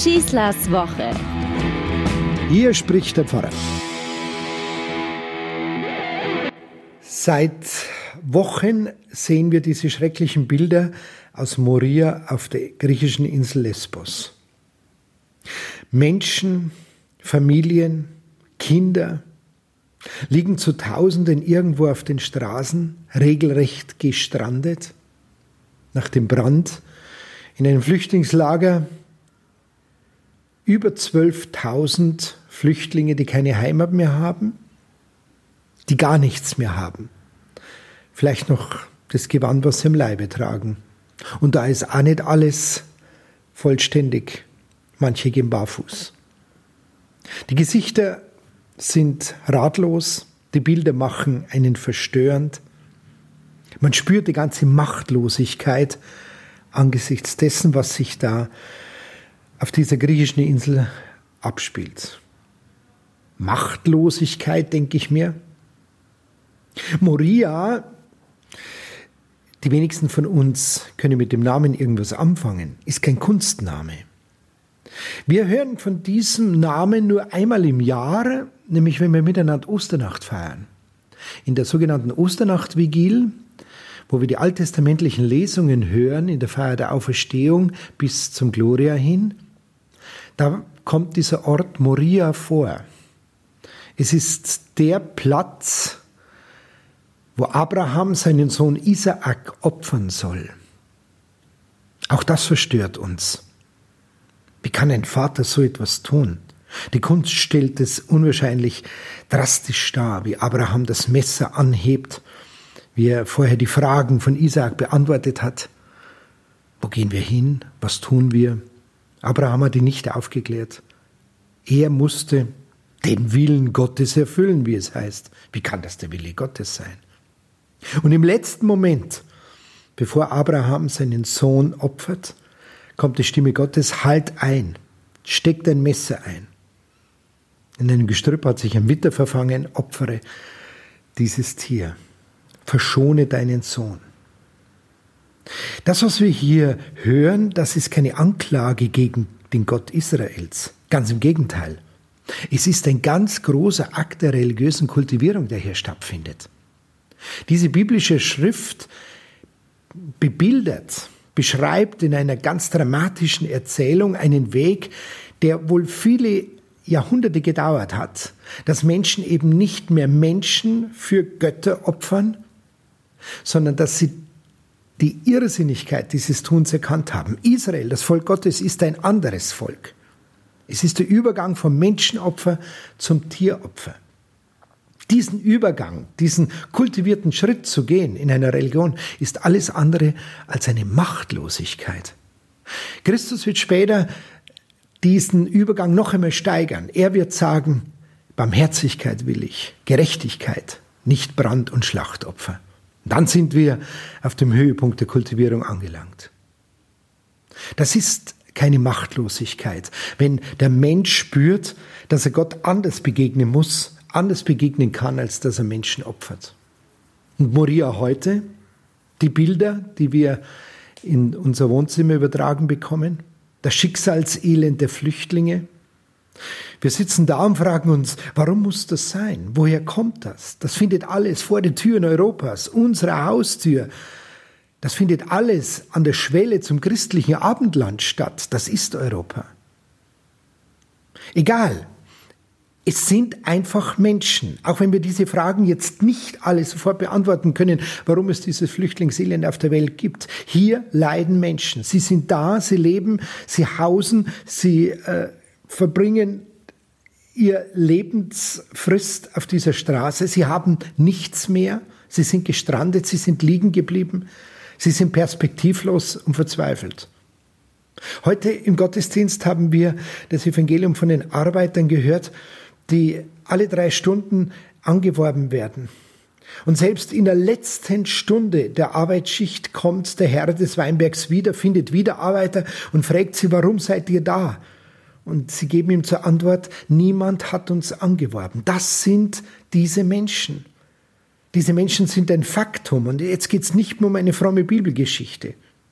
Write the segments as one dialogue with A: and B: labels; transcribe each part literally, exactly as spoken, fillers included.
A: Schießlers Woche.
B: Hier spricht der Pfarrer. Seit Wochen sehen wir diese schrecklichen Bilder aus Moria auf der griechischen Insel Lesbos. Menschen, Familien, Kinder liegen zu Tausenden irgendwo auf den Straßen, regelrecht gestrandet. Nach dem Brand in einem Flüchtlingslager über zwölftausend Flüchtlinge, die keine Heimat mehr haben, die gar nichts mehr haben. Vielleicht noch das Gewand, was sie im Leibe tragen. Und da ist auch nicht alles vollständig. Manche gehen barfuß. Die Gesichter sind ratlos, die Bilder machen einen verstörend. Man spürt die ganze Machtlosigkeit angesichts dessen, was sich da auf dieser griechischen Insel abspielt. Machtlosigkeit, denke ich mir. Moria, die wenigsten von uns können mit dem Namen irgendwas anfangen, ist kein Kunstname. Wir hören von diesem Namen nur einmal im Jahr, nämlich wenn wir miteinander Osternacht feiern. In der sogenannten Osternacht-Vigil, wo wir die alttestamentlichen Lesungen hören, in der Feier der Auferstehung bis zum Gloria hin, da kommt dieser Ort Moria vor. Es ist der Platz, wo Abraham seinen Sohn Isaak opfern soll. Auch das verstört uns. Wie kann ein Vater so etwas tun? Die Kunst stellt es unwahrscheinlich drastisch dar, wie Abraham das Messer anhebt, wie er vorher die Fragen von Isaak beantwortet hat. Wo gehen wir hin? Was tun wir? Abraham hat ihn nicht aufgeklärt. Er musste den Willen Gottes erfüllen, wie es heißt. Wie kann das der Wille Gottes sein? Und im letzten Moment, bevor Abraham seinen Sohn opfert, kommt die Stimme Gottes: Halt ein, steck dein Messer ein. In einem Gestrüpp hat sich ein Witter verfangen, opfere dieses Tier. Verschone deinen Sohn. Das, was wir hier hören, das ist keine Anklage gegen den Gott Israels. Ganz im Gegenteil. Es ist ein ganz großer Akt der religiösen Kultivierung, der hier stattfindet. Diese biblische Schrift bebildert, beschreibt in einer ganz dramatischen Erzählung einen Weg, der wohl viele Jahrhunderte gedauert hat, dass Menschen eben nicht mehr Menschen für Götter opfern, sondern dass sie die Irrsinnigkeit dieses Tuns erkannt haben. Israel, das Volk Gottes, ist ein anderes Volk. Es ist der Übergang vom Menschenopfer zum Tieropfer. Diesen Übergang, diesen kultivierten Schritt zu gehen in einer Religion, ist alles andere als eine Machtlosigkeit. Christus wird später diesen Übergang noch einmal steigern. Er wird sagen: Barmherzigkeit will ich, Gerechtigkeit, nicht Brand- und Schlachtopfer. Dann sind wir auf dem Höhepunkt der Kultivierung angelangt. Das ist keine Machtlosigkeit, wenn der Mensch spürt, dass er Gott anders begegnen muss, anders begegnen kann, als dass er Menschen opfert. Und Moria heute, die Bilder, die wir in unser Wohnzimmer übertragen bekommen, das Schicksalselend der Flüchtlinge. Wir sitzen da und fragen uns, warum muss das sein? Woher kommt das? Das findet alles vor den Türen Europas, unserer Haustür. Das findet alles an der Schwelle zum christlichen Abendland statt. Das ist Europa. Egal. Es sind einfach Menschen, auch wenn wir diese Fragen jetzt nicht alle sofort beantworten können, warum es dieses Flüchtlingselend auf der Welt gibt. Hier leiden Menschen. Sie sind da, sie leben, sie hausen, sie äh, verbringen ihr Lebensfrist auf dieser Straße. Sie haben nichts mehr, sie sind gestrandet, sie sind liegen geblieben, sie sind perspektivlos und verzweifelt. Heute im Gottesdienst haben wir das Evangelium von den Arbeitern gehört, die alle drei Stunden angeworben werden. Und selbst in der letzten Stunde der Arbeitsschicht kommt der Herr des Weinbergs wieder, findet wieder Arbeiter und fragt sie: Warum seid ihr da? Und sie geben ihm zur Antwort: Niemand hat uns angeworben. Das sind diese Menschen. Diese Menschen sind ein Faktum. Und jetzt geht es nicht mehr um eine fromme Bibelgeschichte.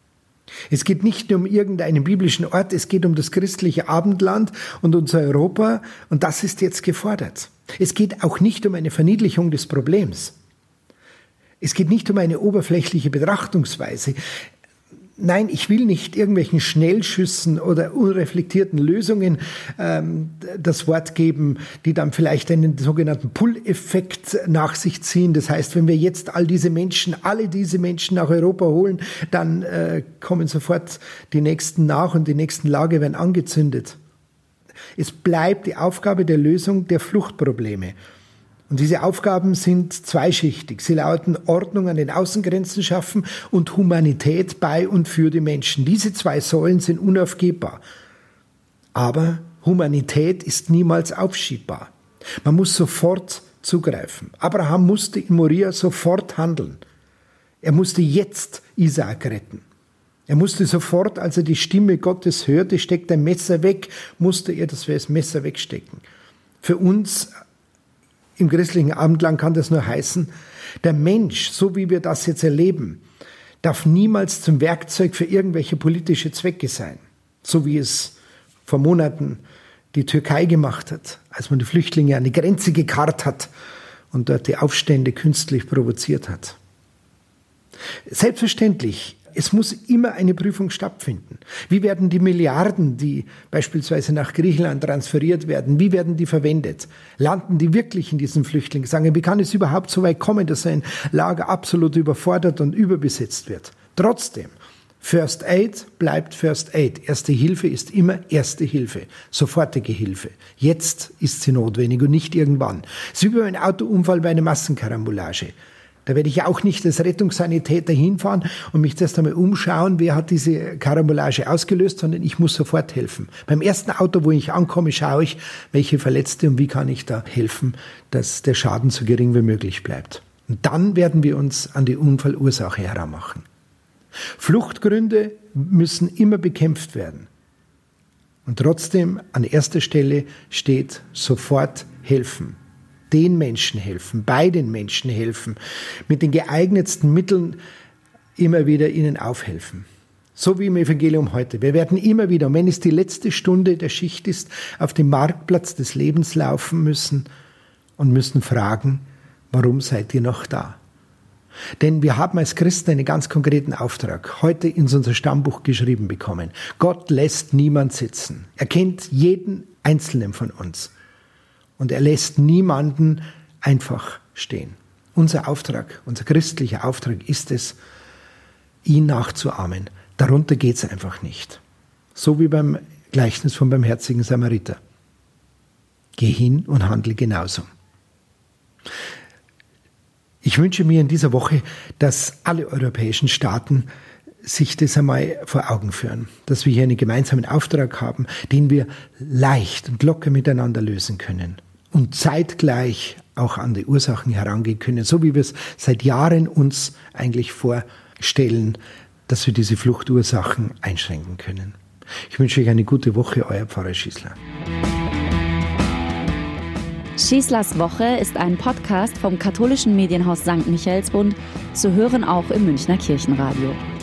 B: Es geht nicht nur um irgendeinen biblischen Ort, es geht um das christliche Abendland und unser Europa, und das ist jetzt gefordert. Es geht auch nicht um eine Verniedlichung des Problems. Es geht nicht um eine oberflächliche Betrachtungsweise. Nein, ich will nicht irgendwelchen Schnellschüssen oder unreflektierten Lösungen ähm, das Wort geben, die dann vielleicht einen sogenannten Pull-Effekt nach sich ziehen. Das heißt, wenn wir jetzt all diese Menschen, alle diese Menschen nach Europa holen, dann äh, kommen sofort die Nächsten nach und die nächsten Lager werden angezündet. Es bleibt die Aufgabe der Lösung der Fluchtprobleme. Und diese Aufgaben sind zweischichtig. Sie lauten Ordnung an den Außengrenzen schaffen und Humanität bei und für die Menschen. Diese zwei Säulen sind unaufgehbar. Aber Humanität ist niemals aufschiebbar. Man muss sofort zugreifen. Abraham musste in Moria sofort handeln. Er musste jetzt Isaak retten. Er musste sofort, als er die Stimme Gottes hörte, steckt ein Messer weg, musste er das Messer wegstecken. Für uns im christlichen Abendland kann das nur heißen, der Mensch, so wie wir das jetzt erleben, darf niemals zum Werkzeug für irgendwelche politische Zwecke sein. So wie es vor Monaten die Türkei gemacht hat, als man die Flüchtlinge an die Grenze gekarrt hat und dort die Aufstände künstlich provoziert hat. Selbstverständlich, es muss immer eine Prüfung stattfinden. Wie werden die Milliarden, die beispielsweise nach Griechenland transferiert werden, wie werden die verwendet? Landen die wirklich in diesen Flüchtlingslagern? Wie kann es überhaupt so weit kommen, dass ein Lager absolut überfordert und überbesetzt wird? Trotzdem, First Aid bleibt First Aid. Erste Hilfe ist immer Erste Hilfe, sofortige Hilfe. Jetzt ist sie notwendig und nicht irgendwann. Es ist wie bei einem Autounfall, bei einer Massenkarambolage. Da werde ich auch nicht als Rettungssanitäter hinfahren und mich zuerst einmal umschauen, wer hat diese Karambolage ausgelöst, sondern ich muss sofort helfen. Beim ersten Auto, wo ich ankomme, schaue ich, welche Verletzte und wie kann ich da helfen, dass der Schaden so gering wie möglich bleibt. Und dann werden wir uns an die Unfallursache heranmachen. Fluchtgründe müssen immer bekämpft werden. Und trotzdem an erster Stelle steht sofort helfen. Den Menschen helfen, bei den Menschen helfen, mit den geeignetsten Mitteln immer wieder ihnen aufhelfen. So wie im Evangelium heute. Wir werden immer wieder, und wenn es die letzte Stunde der Schicht ist, auf den Marktplatz des Lebens laufen müssen und müssen fragen, warum seid ihr noch da? Denn wir haben als Christen einen ganz konkreten Auftrag, heute in unser Stammbuch geschrieben bekommen. Gott lässt niemand sitzen. Er kennt jeden Einzelnen von uns. Und er lässt niemanden einfach stehen. Unser Auftrag, unser christlicher Auftrag ist es, ihn nachzuahmen. Darunter geht es einfach nicht. So wie beim Gleichnis vom barmherzigen Samariter. Geh hin und handle genauso. Ich wünsche mir in dieser Woche, dass alle europäischen Staaten sich das einmal vor Augen führen, dass wir hier einen gemeinsamen Auftrag haben, den wir leicht und locker miteinander lösen können und zeitgleich auch an die Ursachen herangehen können, so wie wir es seit Jahren uns eigentlich vorstellen, dass wir diese Fluchtursachen einschränken können. Ich wünsche euch eine gute Woche, euer Pfarrer Schießler.
A: Schießlers Woche ist ein Podcast vom katholischen Medienhaus Sankt Michaelsbund, zu hören auch im Münchner Kirchenradio.